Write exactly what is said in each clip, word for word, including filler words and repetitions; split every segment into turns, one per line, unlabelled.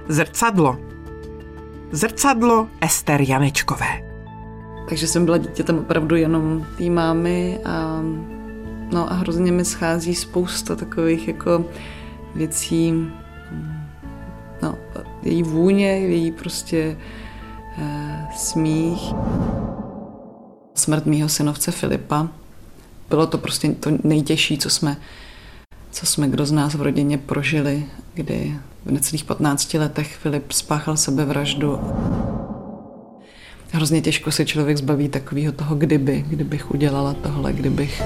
Zrcadlo. Zrcadlo Ester Janečkové.
Takže jsem byla dítětem opravdu jenom té mámy a, no a hrozně mi schází spousta takových jako věcí, no, její vůně, její prostě eh, smích. Smrt mýho synovce Filipa. Bylo to prostě to nejtěžší, co jsme, co jsme kdo z nás v rodině prožili, kdy v necelých patnácti letech Filip spáchal sebevraždu. Hrozně těžko se člověk zbaví takového toho kdyby, kdybych udělala tohle, kdybych.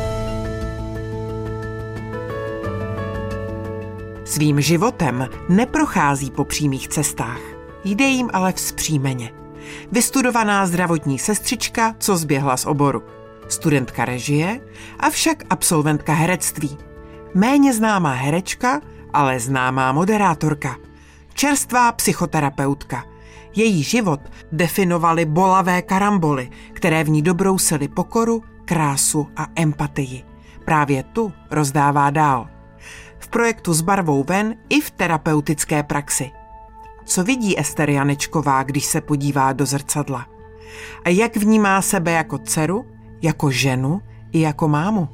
Svým životem neprochází po přímých cestách, jde jim ale vzpřímeně. Vystudovaná zdravotní sestřička, co zběhla z oboru. Studentka režie, avšak absolventka herectví. Méně známá herečka, ale známá moderátorka. Čerstvá psychoterapeutka. Její život definovaly bolavé karamboly, které v ní dobrousily pokoru, krásu a empatii. Právě tu rozdává dál. V projektu S barvou ven i v terapeutické praxi. Co vidí Ester Janečková, když se podívá do zrcadla? A jak vnímá sebe jako dceru, jako ženu i jako mámu?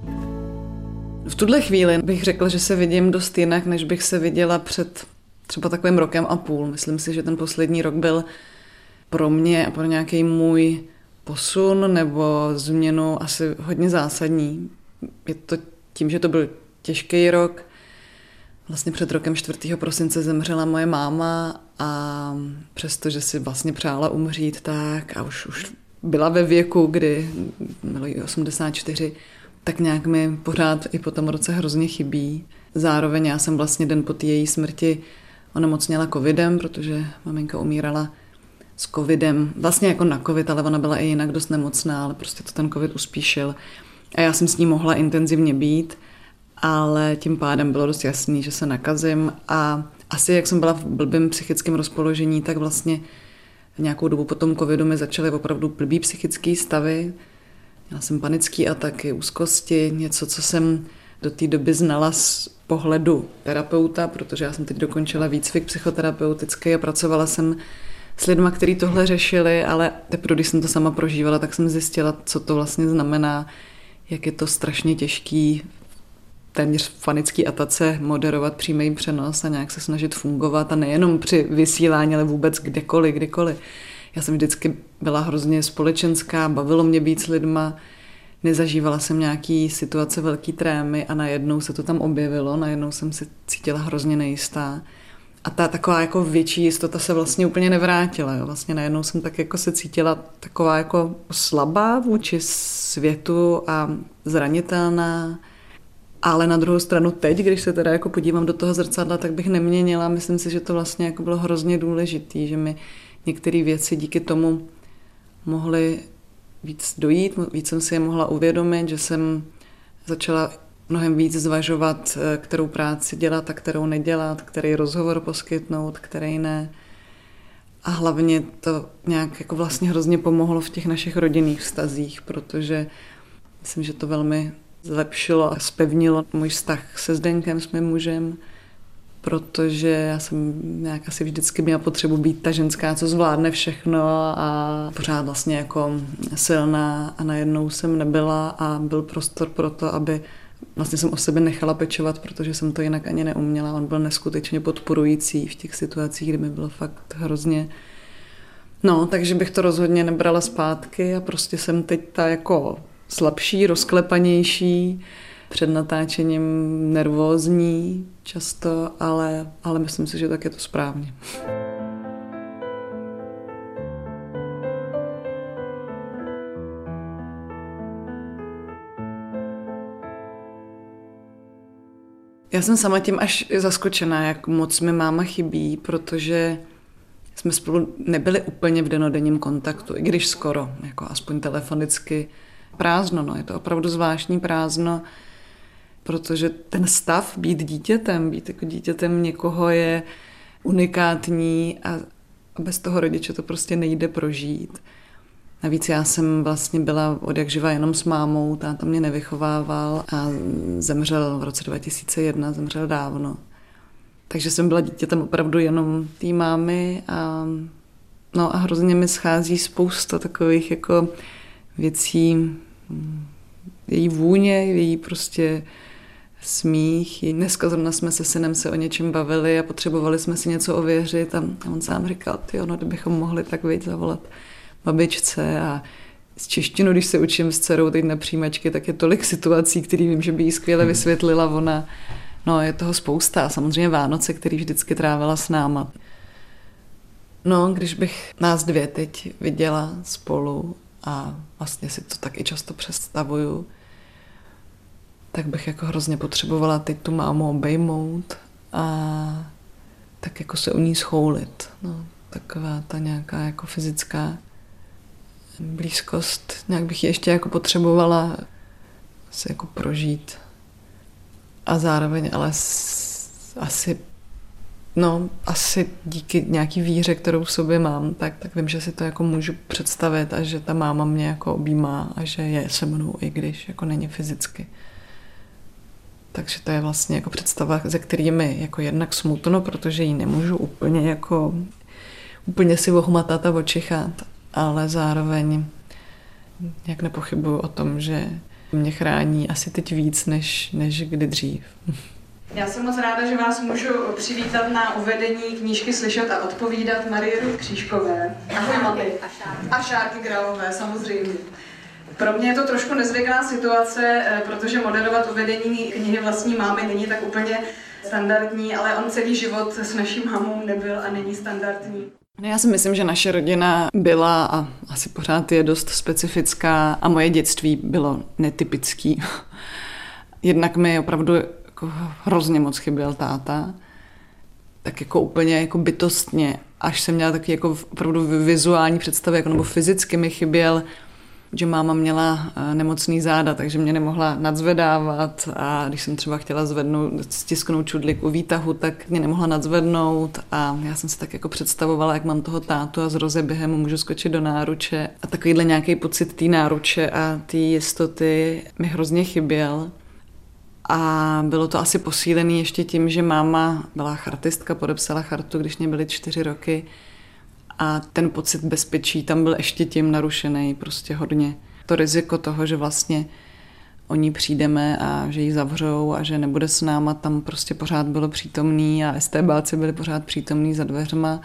V tuhle chvíli bych řekla, že se vidím dost jinak, než bych se viděla před třeba takovým rokem a půl. Myslím si, že ten poslední rok byl pro mě a pro nějaký můj posun nebo změnu asi hodně zásadní. Je to tím, že to byl těžký rok. Vlastně před rokem čtvrtého prosince zemřela moje máma a přestože si vlastně přála umřít tak a už, už byla ve věku, kdy bylo jí osmdesát čtyři, tak nějak mi pořád i po tom roce hrozně chybí. Zároveň já jsem vlastně den po té její smrti onemocněla covidem, protože maminka umírala s covidem, vlastně jako na covid, ale ona byla i jinak dost nemocná, ale prostě to ten covid uspíšil. A já jsem s ní mohla intenzivně být, ale tím pádem bylo dost jasný, že se nakazím a asi jak jsem byla v blbým psychickém rozpoložení, tak vlastně nějakou dobu po tom covidu mi začaly opravdu blbý psychické stavy. Měla jsem panické ataky, úzkosti, něco, co jsem do té doby znala z pohledu terapeuta, protože já jsem teď dokončila výcvik psychoterapeutický a pracovala jsem s lidma, kteří tohle řešili, ale teprve, když jsem to sama prožívala, tak jsem zjistila, co to vlastně znamená, jak je to strašně těžký téměř v panický atace moderovat přímý přenos a nějak se snažit fungovat a nejenom při vysílání, ale vůbec kdekoliv, kdykoliv. Já jsem vždycky byla hrozně společenská, bavilo mě být s lidma, nezažívala jsem nějaký situace velký trémy a najednou se to tam objevilo, najednou jsem se cítila hrozně nejistá. A ta taková jako větší jistota se vlastně úplně nevrátila. Jo. Vlastně najednou jsem tak jako se cítila taková jako slabá vůči světu a zranitelná. Ale na druhou stranu teď, když se teda jako podívám do toho zrcadla, tak bych neměnila. Myslím si, že to vlastně jako bylo hrozně důležitý, že mi některé věci díky tomu mohly víc dojít, víc jsem si je mohla uvědomit, že jsem začala mnohem víc zvažovat, kterou práci dělat a kterou nedělat, který rozhovor poskytnout, který ne. A hlavně to nějak jako vlastně hrozně pomohlo v těch našich rodinných vztazích, protože myslím, že to velmi zlepšilo a zpevnilo můj vztah se Zdenkem, s mým mužem, protože já jsem nějak asi vždycky měla potřebu být ta ženská, co zvládne všechno a pořád vlastně jako silná a najednou jsem nebyla a byl prostor pro to, aby vlastně jsem o sebe nechala pečovat, protože jsem to jinak ani neuměla. On byl neskutečně podporující v těch situacích, kdy mi bylo fakt hrozně. No, takže bych to rozhodně nebrala zpátky a prostě jsem teď ta jako slabší, rozklepanější, před natáčením nervózní často, ale, ale myslím si, že tak je to správně. Já jsem sama tím až zaskočená, jak moc mi máma chybí, protože jsme spolu nebyli úplně v dennodenním kontaktu, i když skoro, jako aspoň telefonicky. Prázdno, no, je to opravdu zvláštní prázdno, protože ten stav být dítětem, být jako dítětem někoho je unikátní a bez toho rodiče to prostě nejde prožít. Navíc já jsem vlastně byla odjakživa jenom s mámou, táta mě nevychovával a zemřel v roce dva tisíce jedna, zemřel dávno. Takže jsem byla dítětem opravdu jenom té mámy a, no a hrozně mi schází spousta takových jako věcí, její vůně, její prostě smích. Dneska zrovna jsme se synem se o něčem bavili a potřebovali jsme si něco ověřit a on sám říkal, tyjo, no kdybychom mohli tak víc zavolat babičce a z češtinu, když se učím s dcerou teď na přijímačky, tak je tolik situací, které vím, že by jí skvěle vysvětlila ona. No, je toho spousta. Samozřejmě Vánoce, který vždycky trávila s náma. No, když bych nás dvě teď viděla spolu a vlastně si to tak i často představuju, tak bych jako hrozně potřebovala teď tu mámu obejmout a tak jako se u ní schoulit. No, taková ta nějaká jako fyzická blízkost. Nějak bych ji ještě jako potřebovala se jako prožít. A zároveň ale s, asi, no, asi díky nějaký víře, kterou v sobě mám, tak, tak vím, že si to jako můžu představit a že ta máma mě jako objímá a že je se mnou, i když jako není fyzicky. Takže to je vlastně jako představa, ze který mi jako jednak smutno, protože ji nemůžu úplně jako úplně si ohmatat a očichat, ale zároveň jak nepochybuju o tom, že mě chrání asi teď víc, než, než kdy dřív.
Já jsem moc ráda, že vás můžu přivítat na uvedení knížky Slyšet a odpovídat Marie Ruth Křížkové. Ahoj, Maty.
A Šárky.
A Šárky Králové, samozřejmě. Pro mě je to trošku nezvyklá situace, protože moderovat uvedení knihy vlastní mámy není tak úplně standardní, ale on celý život s naší mámou nebyl a není standardní.
No já si myslím, že naše rodina byla a asi pořád je dost specifická a moje dětství bylo netypický. Jednak mi opravdu jako hrozně moc chyběl táta, tak jako úplně jako bytostně, až jsem měla taky jako opravdu vizuální představy, jako, nebo fyzicky mi chyběl, že máma měla nemocný záda, takže mě nemohla nadzvedávat a když jsem třeba chtěla zvednout, stisknout čudlik u výtahu, tak mě nemohla nadzvednout a já jsem si tak jako představovala, jak mám toho tátu a z rozeběhem můžu skočit do náruče a takovýhle nějaký pocit té náruče a té jistoty mi hrozně chyběl. A bylo to asi posílené ještě tím, že máma byla chartistka, podepsala chartu, když mě byly čtyři roky. A ten pocit bezpečí tam byl ještě tím narušený prostě hodně. To riziko toho, že vlastně o ní přijdeme a že ji zavřou a že nebude s náma, tam prostě pořád bylo přítomný a STBáci byli pořád přítomný za dveřma.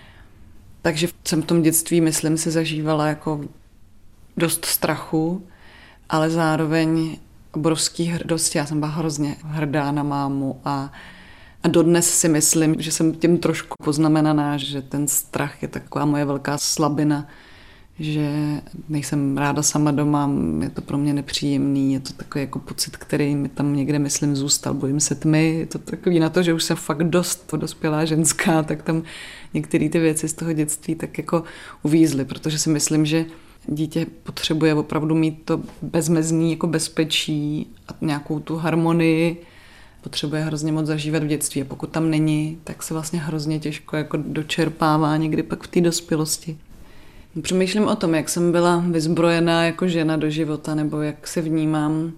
Takže jsem v tom dětství, myslím si, zažívala jako dost strachu, ale zároveň obrovský hrdosti. Já jsem byla hrozně hrdá na mámu a A dodnes si myslím, že jsem tím trošku poznamenaná, že ten strach je taková moje velká slabina, že nejsem ráda sama doma, je to pro mě nepříjemný, je to takový jako pocit, který mi tam někde, myslím, zůstal, bojím se tmy, je to takový na to, že už jsem fakt dost dospělá ženská, tak tam některé ty věci z toho dětství tak jako uvízly, protože si myslím, že dítě potřebuje opravdu mít to bezmezný jako bezpečí a nějakou tu harmonii, potřebuje hrozně moc zažívat v dětství a pokud tam není, tak se vlastně hrozně těžko jako dočerpává někdy pak v té dospělosti. Přemýšlím o tom, jak jsem byla vyzbrojená jako žena do života nebo jak se vnímám,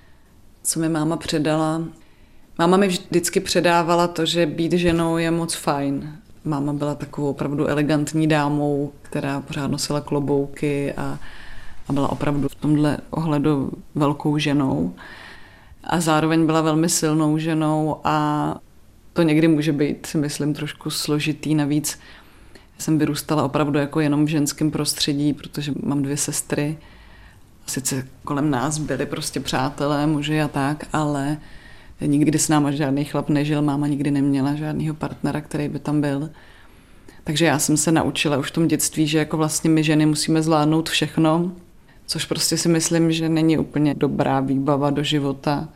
co mi máma předala. Máma mi vždycky předávala to, že být ženou je moc fajn. Máma byla takovou opravdu elegantní dámou, která pořád nosila klobouky a, a byla opravdu v tomhle ohledu velkou ženou. A zároveň byla velmi silnou ženou a to někdy může být, si myslím, trošku složitý. Navíc jsem vyrůstala opravdu jako jenom v ženském prostředí, protože mám dvě sestry. Sice kolem nás byli prostě přátelé, muži a tak, ale nikdy s náma žádný chlap nežil, máma nikdy neměla žádného partnera, který by tam byl. Takže já jsem se naučila už v tom dětství, že jako vlastně my ženy musíme zvládnout všechno, což prostě si myslím, že není úplně dobrá výbava do života,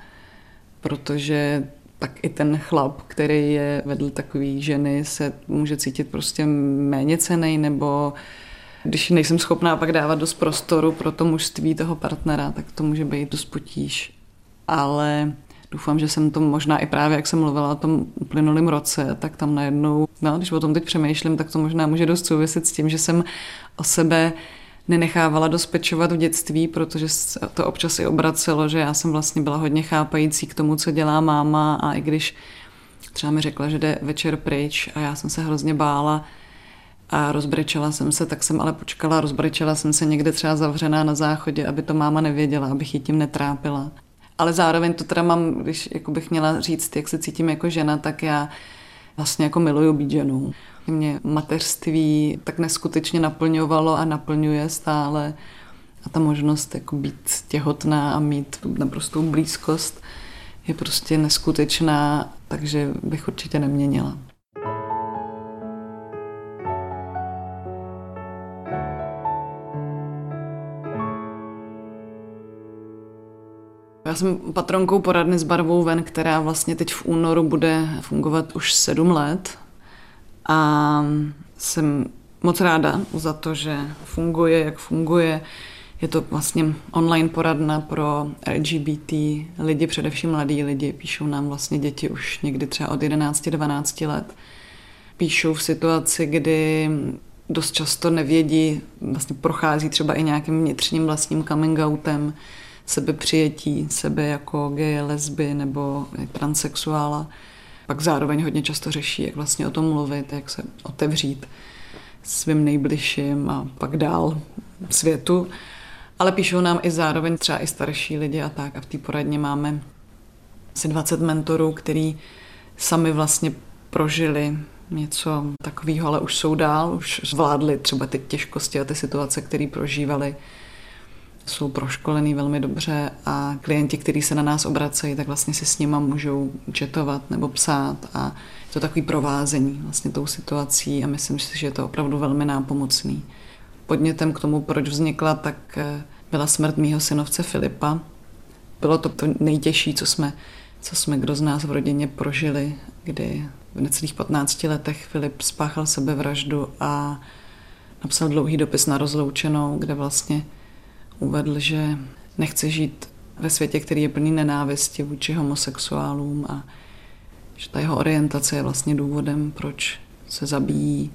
protože tak i ten chlap, který je vedle takový ženy, se může cítit prostě méně cennej, nebo když nejsem schopná pak dávat dost prostoru pro to mužství toho partnera, tak to může být dost potíž. Ale doufám, že jsem to možná i právě, jak jsem mluvila o tom uplynulém roce, tak tam najednou, no, když o tom teď přemýšlím, tak to možná může dost souviset s tím, že jsem o sebe nenechávala dost pečovat v dětství, protože to občas i obracelo, že já jsem vlastně byla hodně chápající k tomu, co dělá máma a i když Třeba mi řekla, že jde večer pryč a já jsem se hrozně bála a rozbrečela jsem se, tak jsem ale počkala, rozbrečela jsem se někde třeba zavřená na záchodě, aby to máma nevěděla, abych ji tím netrápila. Ale zároveň to teda mám, když jako bych měla říct, jak se cítím jako žena, tak já vlastně jako miluju být ženou. Mě mateřství tak neskutečně naplňovalo a naplňuje stále. A ta možnost jako být těhotná a mít naprostou blízkost je prostě neskutečná, takže bych určitě neměnila. Já jsem patronkou poradny s barvou ven, která vlastně teď v únoru bude fungovat už sedm let. A jsem moc ráda za to, že funguje, jak funguje. Je to vlastně online poradna pro L G B T lidi, především mladí lidi. Píšou nám vlastně děti už někdy třeba od jedenácti dvanácti let. Píšou v situaci, kdy dost často nevědí, vlastně prochází třeba i nějakým vnitřním vlastním coming outem, sebepřijetí, sebe jako gay, lesby nebo transsexuála. Pak zároveň hodně často řeší, jak vlastně o tom mluvit, jak se otevřít svým nejbližším a pak dál světu. Ale píšou nám i zároveň třeba i starší lidi a tak. A v té poradně máme asi dvacet mentorů, který sami vlastně prožili něco takového, ale už jsou dál, už zvládli třeba ty těžkosti a ty situace, které prožívali. Jsou proškolený velmi dobře a klienti, kteří se na nás obracejí, tak vlastně si s nima můžou chatovat nebo psát a je to takový provázení vlastně tou situací a myslím si, že je to opravdu velmi nápomocný. Podnětem k tomu, proč vznikla, tak byla smrt mýho synovce Filipa. Bylo to to nejtěžší, co jsme, co jsme kdo z nás v rodině prožili, kdy v necelých patnácti letech Filip spáchal sebevraždu a napsal dlouhý dopis na rozloučenou, kde vlastně uvedl, že nechce žít ve světě, který je plný nenávisti vůči homosexuálům a že ta jeho orientace je vlastně důvodem, proč se zabíjí.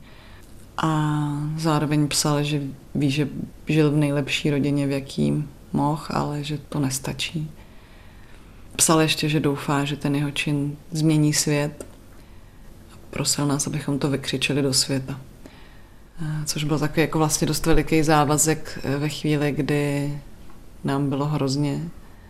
A zároveň psal, že ví, že žil v nejlepší rodině, v jakým mohl, ale že to nestačí. Psal ještě, že doufá, že ten jeho čin změní svět a prosil nás, abychom to vykřičeli do světa. Což byl takový jako vlastně dost veliký závazek ve chvíli, kdy nám bylo hrozně.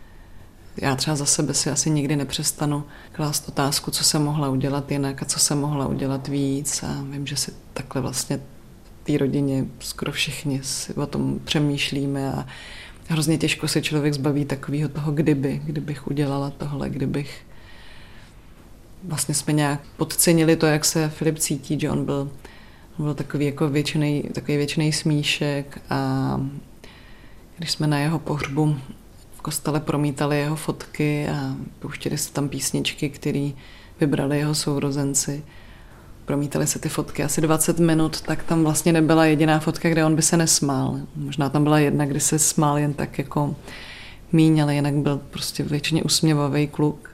Já třeba za sebe si asi nikdy nepřestanu klást otázku, co jsem mohla udělat jinak a co jsem mohla udělat víc. A vím, že si takhle vlastně v té rodině skoro všichni si o tom přemýšlíme a hrozně těžko se člověk zbaví takového toho kdyby, kdybych udělala tohle, kdybych. Vlastně jsme nějak podcenili to, jak se Filip cítí, že on byl On byl takový jako věčnej, takový věčnej smíšek a když jsme na jeho pohřbu v kostele promítali jeho fotky a pouštěli se tam písničky, které vybrali jeho sourozenci, promítali se ty fotky asi dvacet minut, tak tam vlastně nebyla jediná fotka, kde on by se nesmál. Možná tam byla jedna, kdy se smál jen tak jako míň, ale jinak byl prostě většině usměvavý kluk.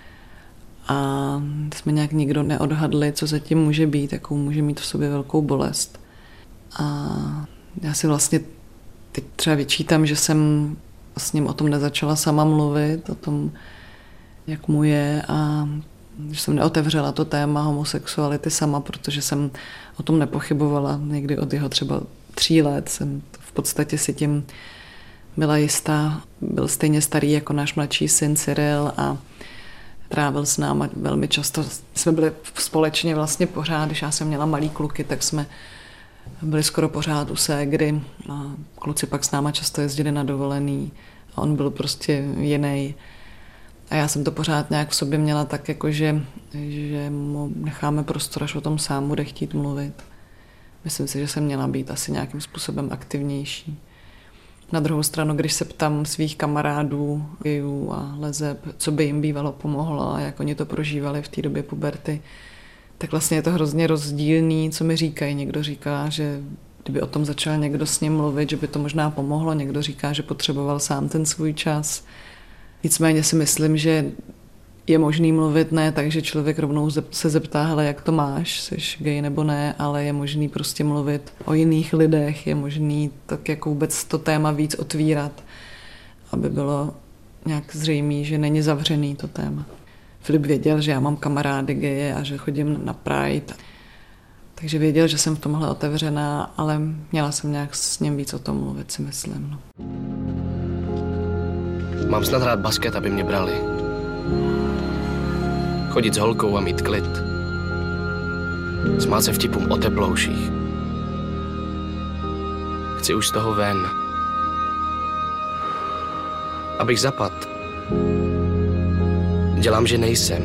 A jsme nějak nikdo neodhadli, co zatím může být, jakou může mít v sobě velkou bolest. A já si vlastně teď třeba vyčítám, že jsem s ním o tom nezačala sama mluvit, o tom, jak mu je a že jsem neotevřela to téma homosexuality sama, protože jsem o tom nepochybovala. Někdy od jeho třeba tří let jsem v podstatě si tím byla jistá. Byl stejně starý jako náš mladší syn Cyril a trávil s náma velmi často. Jsme byli společně vlastně pořád, když já jsem měla malý kluky, tak jsme byli skoro pořád u ségry. A kluci pak s náma často jezdili na dovolený a on byl prostě jiný. A já jsem to pořád nějak v sobě měla tak, jako že, že mu necháme prostor, až o tom sám bude chtít mluvit. Myslím si, že jsem měla být asi nějakým způsobem aktivnější. Na druhou stranu, když se ptám svých kamarádů, gejů a leseb, co by jim bývalo pomohlo a jak oni to prožívali v té době puberty, tak vlastně je to hrozně rozdílný, co mi říkají. Někdo říká, že kdyby o tom začal někdo s ním mluvit, že by to možná pomohlo. Někdo říká, že potřeboval sám ten svůj čas. Nicméně si myslím, že je možný mluvit ne tak, že člověk rovnou se zeptá, hele, jak to máš, jsi gay nebo ne, ale je možný prostě mluvit o jiných lidech, je možný tak jako vůbec to téma víc otvírat, aby bylo nějak zřejmé, že není zavřený to téma. Filip věděl, že já mám kamarády geje a že chodím na Pride. Takže věděl, že jsem v tomhle otevřená, ale měla jsem nějak s ním víc o tom mluvit, si myslím. No.
Mám snad hrát basket, aby mě brali. Chodit s holkou a mít klid. Smát se vtipům o teplouších. Chci už z toho ven. Abych zapad. Dělám, že nejsem.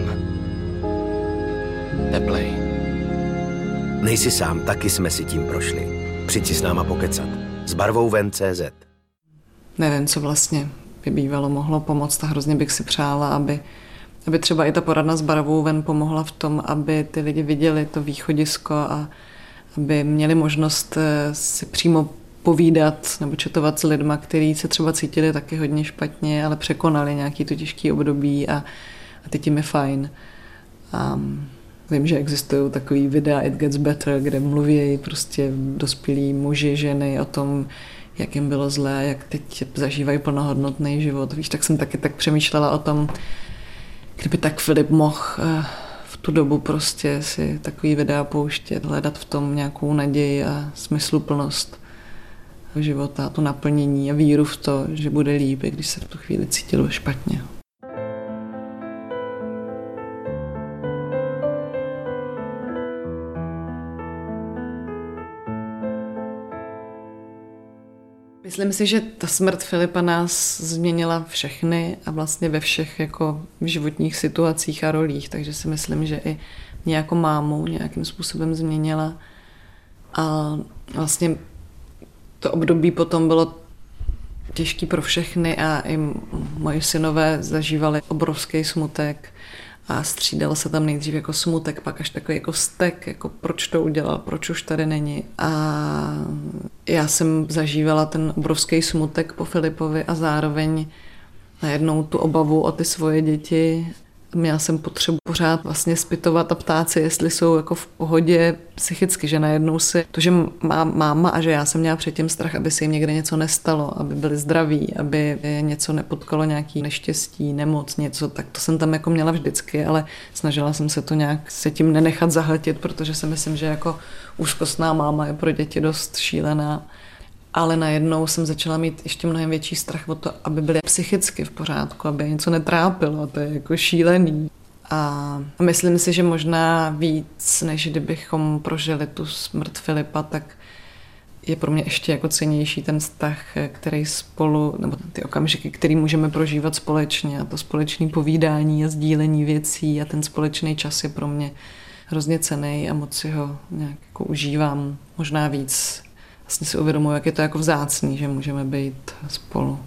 Teplej.
Nejsi sám, taky jsme si tím prošli. Přijď si s náma pokecat. S barvou ven tečka cé zet.
Nevím, co vlastně by bývalo mohlo pomoct a hrozně bych si přála, aby, aby třeba i ta poradna s barvou ven pomohla v tom, aby ty lidi viděli to východisko a aby měli možnost si přímo povídat nebo četovat s lidma, kteří se třeba cítili taky hodně špatně, ale překonali nějaký to těžký období a, a teď jim je fajn. A vím, že existují takový videa It Gets Better, kde mluví prostě dospělí muži, ženy o tom, jak jim bylo zlé, jak teď zažívají plnohodnotný život. Víš, tak jsem taky tak přemýšlela o tom, kdyby tak Filip mohl v tu dobu prostě si takový videa pouštět, hledat v tom nějakou naději a smysluplnost života, to naplnění a víru v to, že bude líp, když se v tu chvíli cítilo špatně. Myslím si, že ta smrt Filipa nás změnila všechny a vlastně ve všech jako v životních situacích a rolích, takže si myslím, že i mě jako mámu nějakým způsobem změnila. A vlastně to období potom bylo těžký pro všechny a i moji synové zažívali obrovský smutek a střídal se tam nejdřív jako smutek, pak až takový jako vztek, jako proč to udělal, proč už tady není. A já jsem zažívala ten obrovský smutek po Filipovi a zároveň najednou tu obavu o ty svoje děti. Měla jsem potřebu pořád vlastně zpytovat a ptát se, jestli jsou jako v pohodě psychicky, že najednou si to, že mám máma a že já jsem měla předtím strach, aby se jim někde něco nestalo, aby byli zdraví, aby něco nepotkalo nějaký neštěstí, nemoc, něco, tak to jsem tam jako měla vždycky, ale snažila jsem se to nějak se tím nenechat zahltit, protože si myslím, že jako úzkostná máma je pro děti dost šílená. Ale najednou jsem začala mít ještě mnohem větší strach o to, aby byly psychicky v pořádku, aby něco netrápilo, to je jako šílený. A myslím si, že možná víc, než kdybychom prožili tu smrt Filipa, tak je pro mě ještě jako cennější ten vztah, který spolu, nebo ty okamžiky, který můžeme prožívat společně a to společné povídání a sdílení věcí a ten společný čas je pro mě hrozně cenný a moc si ho nějak jako užívám, možná víc. Vlastně si uvědomuji, jak je to jako vzácný, že můžeme být spolu.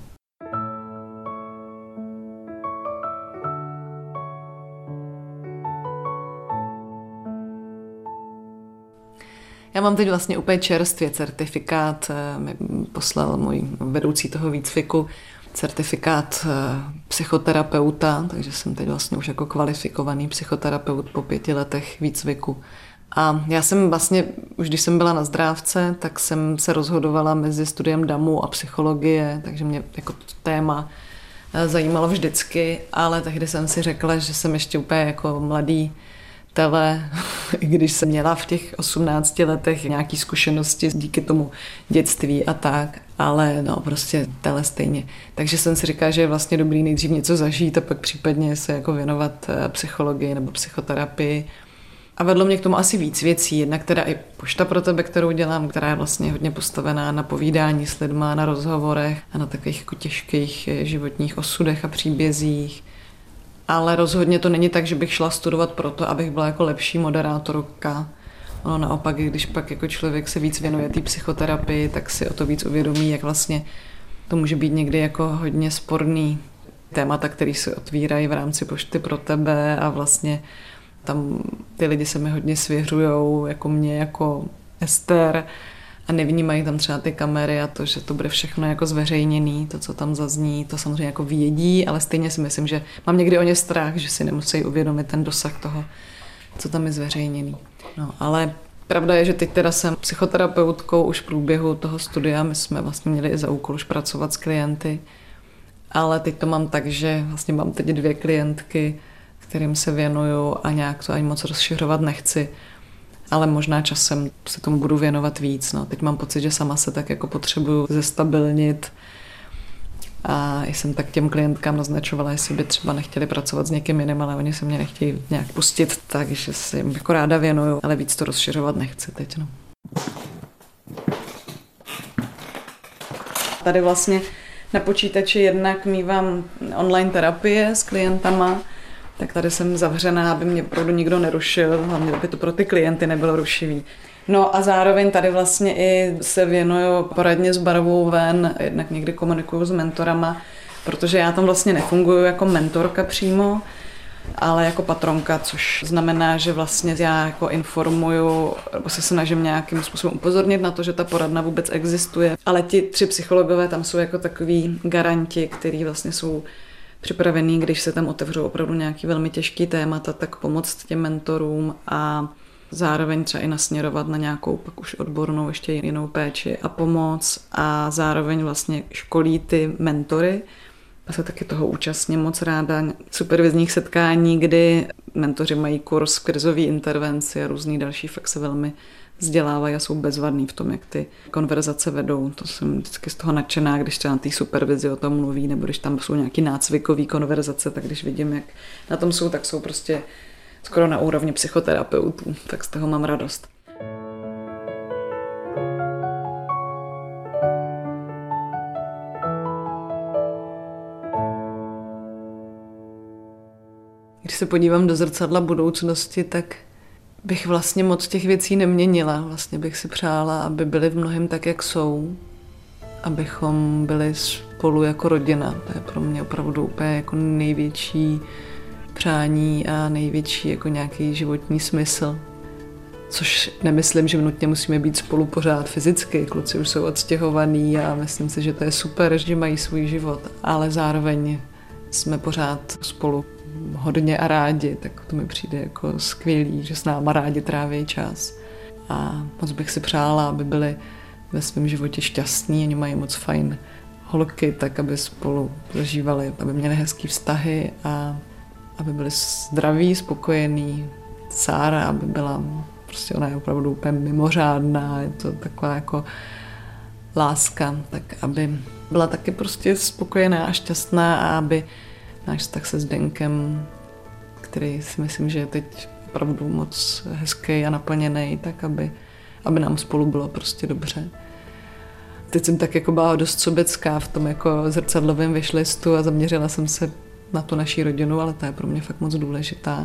Já mám teď vlastně úplně čerstvě certifikát, mi poslal můj vedoucí toho výcviku, certifikát psychoterapeuta, takže jsem teď vlastně už jako kvalifikovaný psychoterapeut po pěti letech výcviku. A já jsem vlastně, už když jsem byla na Zdrávce, tak jsem se rozhodovala mezi studiem damu a psychologie, takže mě jako to téma zajímalo vždycky, ale tehdy jsem si řekla, že jsem ještě úplně jako mladý tele, i když jsem měla v těch osmnácti letech nějaké zkušenosti díky tomu dětství a tak, ale no prostě tele stejně. Takže jsem si říkala, že je vlastně dobrý nejdřív něco zažít a pak případně se jako věnovat psychologii nebo psychoterapii. A vedlo mě k tomu asi víc věcí. Jednak teda i Pošta pro tebe, kterou dělám, která je vlastně hodně postavená na povídání s lidma, na rozhovorech a na takových jako těžkých životních osudech a příbězích. Ale rozhodně to není tak, že bych šla studovat proto, abych byla jako lepší moderátorka. No naopak, když pak jako člověk se víc věnuje té psychoterapii, tak si o to víc uvědomí, jak vlastně to může být někdy jako hodně sporný témata, který se otvírají v rámci Pošty pro tebe a vlastně tam ty lidi se mi hodně svěřujou, jako mě, jako Ester a nevnímají tam třeba ty kamery a to, že to bude všechno jako zveřejněný, to, co tam zazní, to samozřejmě jako vědí, ale stejně si myslím, že mám někdy o ně strach, že si nemusí uvědomit ten dosah toho, co tam je zveřejněný. No, ale pravda je, že teď teda jsem psychoterapeutkou už v průběhu toho studia, my jsme vlastně měli i za úkol už pracovat s klienty, ale teď to mám tak, že vlastně mám teď dvě klientky, kterým se věnuju a nějak to ani moc rozšiřovat nechci. Ale možná časem se tomu budu věnovat víc. No. Teď mám pocit, že sama se tak jako potřebuju zestabilnit. A jsem tak těm klientkám naznačovala, jestli by třeba nechtěli pracovat s někým jiným, ale oni se mě nechtějí nějak pustit, takže se jim jako ráda věnuju, ale víc to rozšiřovat nechci teď. No. Tady vlastně na počítači jednak mívám online terapie s klientama, tak tady jsem zavřená, aby mě opravdu nikdo nerušil, hlavně aby to pro ty klienty nebylo rušivý. No a zároveň tady vlastně i se věnuju poradně s barvou ven, jednak někdy komunikuju s mentorama, protože já tam vlastně nefunguju jako mentorka přímo, ale jako patronka, což znamená, že vlastně já jako informuju, nebo se snažím nějakým způsobem upozornit na to, že ta poradna vůbec existuje. Ale ti tři psychologové tam jsou jako takový garanti, kteří vlastně jsou připravený, když se tam otevřou opravdu nějaký velmi těžký témata, tak pomoct těm mentorům a zároveň třeba i nasměrovat na nějakou pak už odbornou ještě jinou péči a pomoc a zároveň vlastně školí ty mentory. A se taky toho účastním moc ráda supervizních setkání, kdy mentoři mají kurz v krizové intervenci a různý další, fakt se velmi vzdělávají a jsou bezvadný v tom, jak ty konverzace vedou. To jsem vždycky z toho nadšená, když třeba na té supervizi o tom mluví, nebo když tam jsou nějaký nácvikový konverzace, tak když vidím, jak na tom jsou, tak jsou prostě skoro na úrovni psychoterapeutů, tak z toho mám radost. Když se podívám do zrcadla budoucnosti, tak bych vlastně moc těch věcí neměnila. Vlastně bych si přála, aby byly v mnohém tak, jak jsou. Abychom byli spolu jako rodina. To je pro mě opravdu úplně jako největší přání a největší jako nějaký životní smysl. Což nemyslím, že nutně musíme být spolu pořád fyzicky. Kluci už jsou odstěhovaný a myslím si, že to je super, že mají svůj život. Ale zároveň jsme pořád spolu hodně a rádi, tak to mi přijde jako skvělý, že s náma rádi tráví čas. A moc bych si přála, aby byli ve svém životě šťastní, oni mají moc fajn holky, tak aby spolu zažívali, aby měli hezký vztahy a aby byli zdraví, spokojení. Sára, aby byla, prostě ona je opravdu úplně mimořádná, je to taková jako láska, tak aby byla taky prostě spokojená a šťastná a aby náš vztah se Zdenkem, který si myslím, že je teď opravdu moc hezký a naplněný, tak aby, aby nám spolu bylo prostě dobře. Teď jsem tak jako byla dost sobecká v tom jako zrcadlovém wishlistu a zaměřila jsem se na tu naší rodinu, ale ta je pro mě fakt moc důležitá.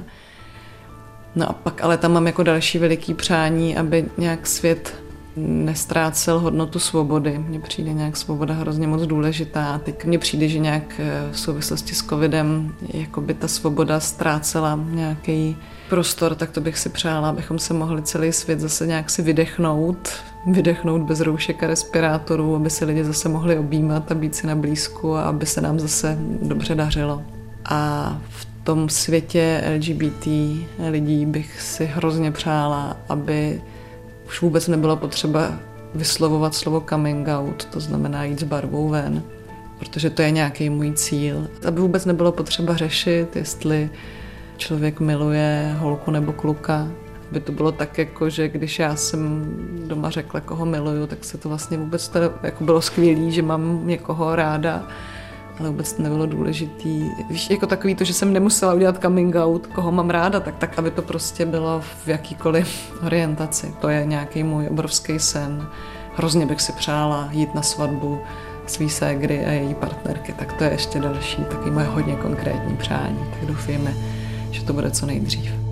No a pak ale tam mám jako další veliký přání, aby nějak svět nestrácel hodnotu svobody. Mně přijde nějak svoboda hrozně moc důležitá. Teď mně přijde, že nějak v souvislosti s covidem jakoby ta svoboda ztrácela nějaký prostor, tak to bych si přála, abychom se mohli celý svět zase nějak si vydechnout, vydechnout bez roušek a respirátorů, aby se lidi zase mohli objímat a být si na blízku a aby se nám zase dobře dařilo. A v tom světě L G B T lidí bych si hrozně přála, aby už vůbec nebylo potřeba vyslovovat slovo coming out, to znamená jít s barvou ven, protože to je nějaký můj cíl. Aby vůbec nebylo potřeba řešit, jestli člověk miluje holku nebo kluka. Aby to bylo tak, jako, že když já jsem doma řekla, koho miluju, tak se to vlastně vůbec to, jako bylo skvělý, že mám někoho ráda, ale vůbec nebylo důležitý. Víš, jako takový to, že jsem nemusela udělat coming out, koho mám ráda, tak, tak aby to prostě bylo v jakýkoliv orientaci. To je nějaký můj obrovský sen. Hrozně bych si přála jít na svatbu svý ségry a její partnerky, tak to je ještě další, taky moje hodně konkrétní přání. Tak doufejme, že to bude co nejdřív.